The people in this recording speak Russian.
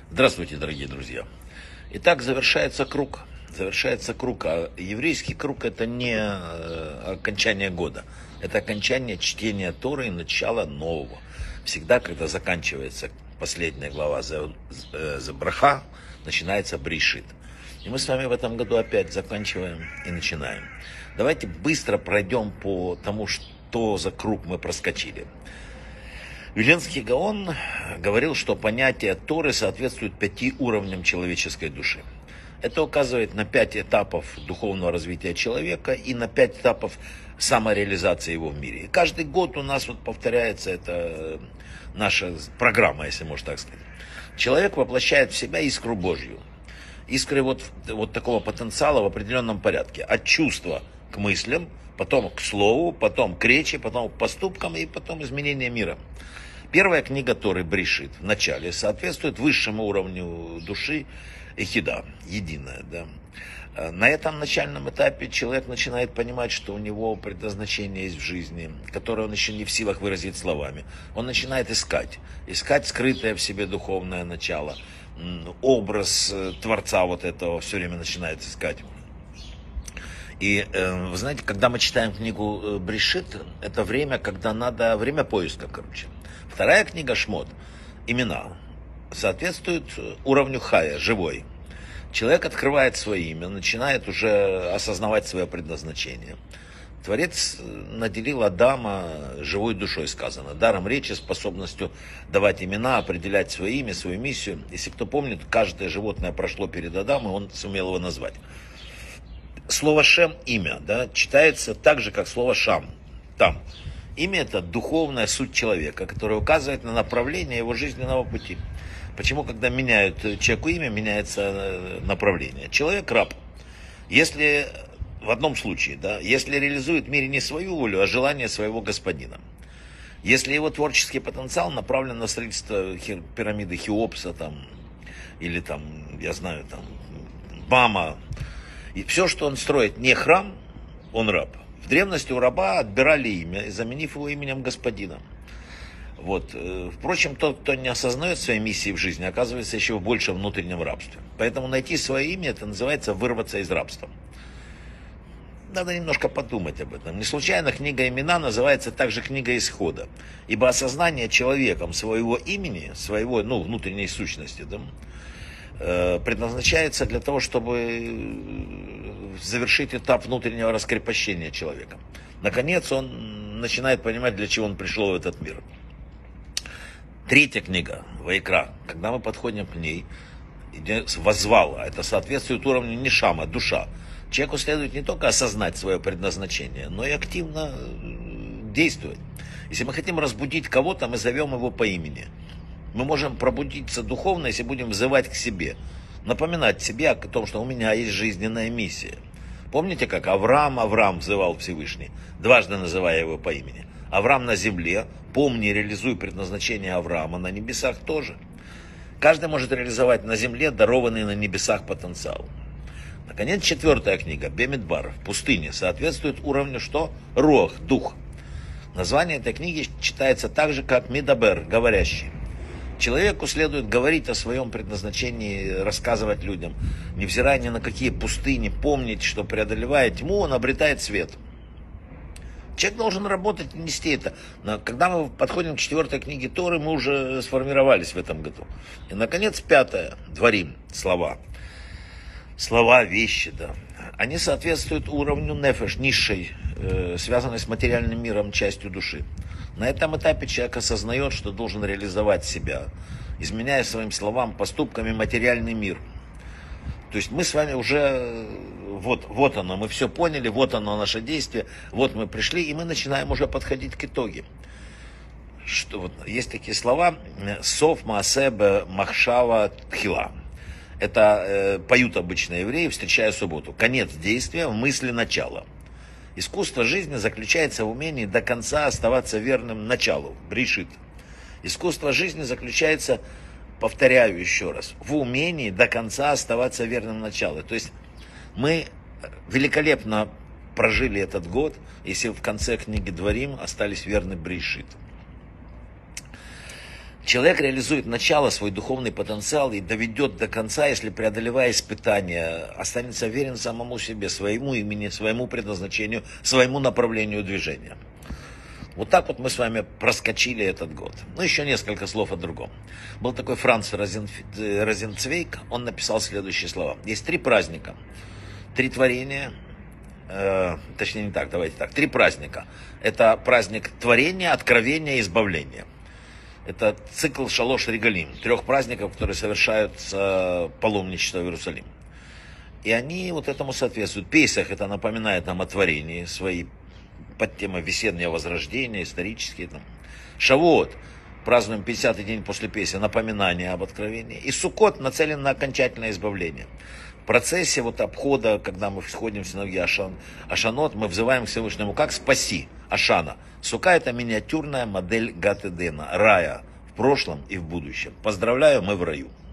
Здравствуйте, дорогие друзья. Итак, завершается круг. Завершается круг. А еврейский круг это не окончание года. Это окончание чтения Торы и начало нового. Всегда, когда заканчивается последняя глава за браха, начинается Брейшит. И мы с вами в этом году опять заканчиваем и начинаем. Давайте быстро пройдем по тому, что за круг мы проскочили. Виленский Гаон говорил, что понятие Торы соответствует 5 уровням человеческой души. Это указывает на 5 этапов духовного развития человека и на 5 этапов самореализации его в мире. И каждый год у нас повторяется эта наша программа, если можно так сказать. Человек воплощает в себя искру Божью. Искры вот такого потенциала в определенном порядке. От чувства к мыслям, потом к слову, потом к речи, потом к поступкам и потом изменение мира. Первая книга Торы, Брейшит, в начале, соответствует высшему уровню души Эхида, единая. Да. На этом начальном этапе человек начинает понимать, что у него предназначение есть в жизни, которое он еще не в силах выразить словами. Он начинает искать скрытое в себе духовное начало, образ Творца вот этого все время начинает искать. И вы знаете, когда мы читаем книгу Брейшит, это время, когда надо, время поиска, короче. Вторая книга Шмот, имена, соответствует уровню Хая, живой. Человек открывает свое имя, начинает уже осознавать свое предназначение. Творец наделил Адама живой душой, сказано, даром речи, способностью давать имена, определять свое имя, свою миссию. Если кто помнит, каждое животное прошло перед Адамом, и он сумел его назвать. Слово Шем, имя, да, читается так же, как слово Шам, там. Имя это духовная суть человека, которая указывает на направление его жизненного пути. Почему, когда меняют человеку имя, меняется направление? Человек раб. Если в одном случае, да, если реализует в мире не свою волю, а желание своего господина. Если его творческий потенциал направлен на строительство пирамиды Хеопса, там, или там, я знаю, там, Бама, и все, что он строит, не храм, он раб. В древности у раба отбирали имя, заменив его именем господина. Вот. Впрочем, тот, кто не осознает своей миссии в жизни, оказывается еще в большем внутреннем рабстве. Поэтому найти свое имя, это называется вырваться из рабства. Надо немножко подумать об этом. Не случайно книга имена называется также книга исхода. Ибо осознание человеком своего имени, своего, внутренней сущности, да, предназначается для того, чтобы завершить этап внутреннего раскрепощения человека. Наконец он начинает понимать, для чего он пришел в этот мир. Третья книга, Ваикра, когда мы подходим к ней, воззвала, это соответствует уровню нишама, душа. Человеку следует не только осознать свое предназначение, но и активно действовать. Если мы хотим разбудить кого-то, мы зовем его по имени. Мы можем пробудиться духовно, если будем взывать к себе. Напоминать себе о том, что у меня есть жизненная миссия. Помните, как Авраам взывал Всевышний, дважды называя его по имени. Авраам на земле, помни и реализуй предназначение Авраама на небесах тоже. Каждый может реализовать на земле дарованный на небесах потенциал. Наконец, 4 книга, Бемидбар, в пустыне, соответствует уровню что? Руах, дух. Название этой книги читается так же, как Мидабер, говорящий. Человеку следует говорить о своем предназначении, рассказывать людям, невзирая ни на какие пустыни, помнить, что преодолевая тьму, он обретает свет. Человек должен работать и нести это. Но когда мы подходим к 4 книге Торы, мы уже сформировались в этом году. И, наконец, 5, Дворим, слова. Слова, вещи, да. Они соответствуют уровню нефеш, низшей, связанной с материальным миром, частью души. На этом этапе человек осознает, что должен реализовать себя, изменяя своим словам, поступками материальный мир. То есть мы с вами уже, вот оно, мы все поняли, вот оно наше действие, вот мы пришли, и мы начинаем уже подходить к итогу. Что, вот, есть такие слова, сов, маасебе, махшава, тхила. Это поют обычно евреи, встречая субботу. Конец действия в мысли начала. Искусство жизни заключается в умении до конца оставаться верным началу, Брейшит. Искусство жизни заключается, повторяю еще раз, в умении до конца оставаться верным началу. То есть мы великолепно прожили этот год, если в конце книги Дворим остались верны Брейшит. Человек реализует начало, свой духовный потенциал и доведет до конца, если, преодолевая испытания, останется верен самому себе, своему имени, своему предназначению, своему направлению движения. Вот так вот мы с вами проскочили этот год. Ну, еще несколько слов о другом. Был такой Франц Розенцвейг, он написал следующие слова. Есть 3 праздника, 3 творения, точнее не так, давайте так, 3 праздника. Это праздник творения, откровения и избавления. Это цикл Шалош Регалим, 3 праздников, которые совершаются паломничество в Иерусалим. И они вот этому соответствуют. Песах это напоминает нам о творении, свои под темой весеннего возрождения, исторические. Там. Шавуот, празднуем 50-й день после Песни, напоминание об откровении. И Суккот нацелен на окончательное избавление. В процессе вот обхода, когда мы входим в синагоги Ашанот, мы взываем к Всевышнему, как спаси Ашана. Сука это миниатюрная модель Гат Эдена, рая в прошлом и в будущем. Поздравляю, мы в раю.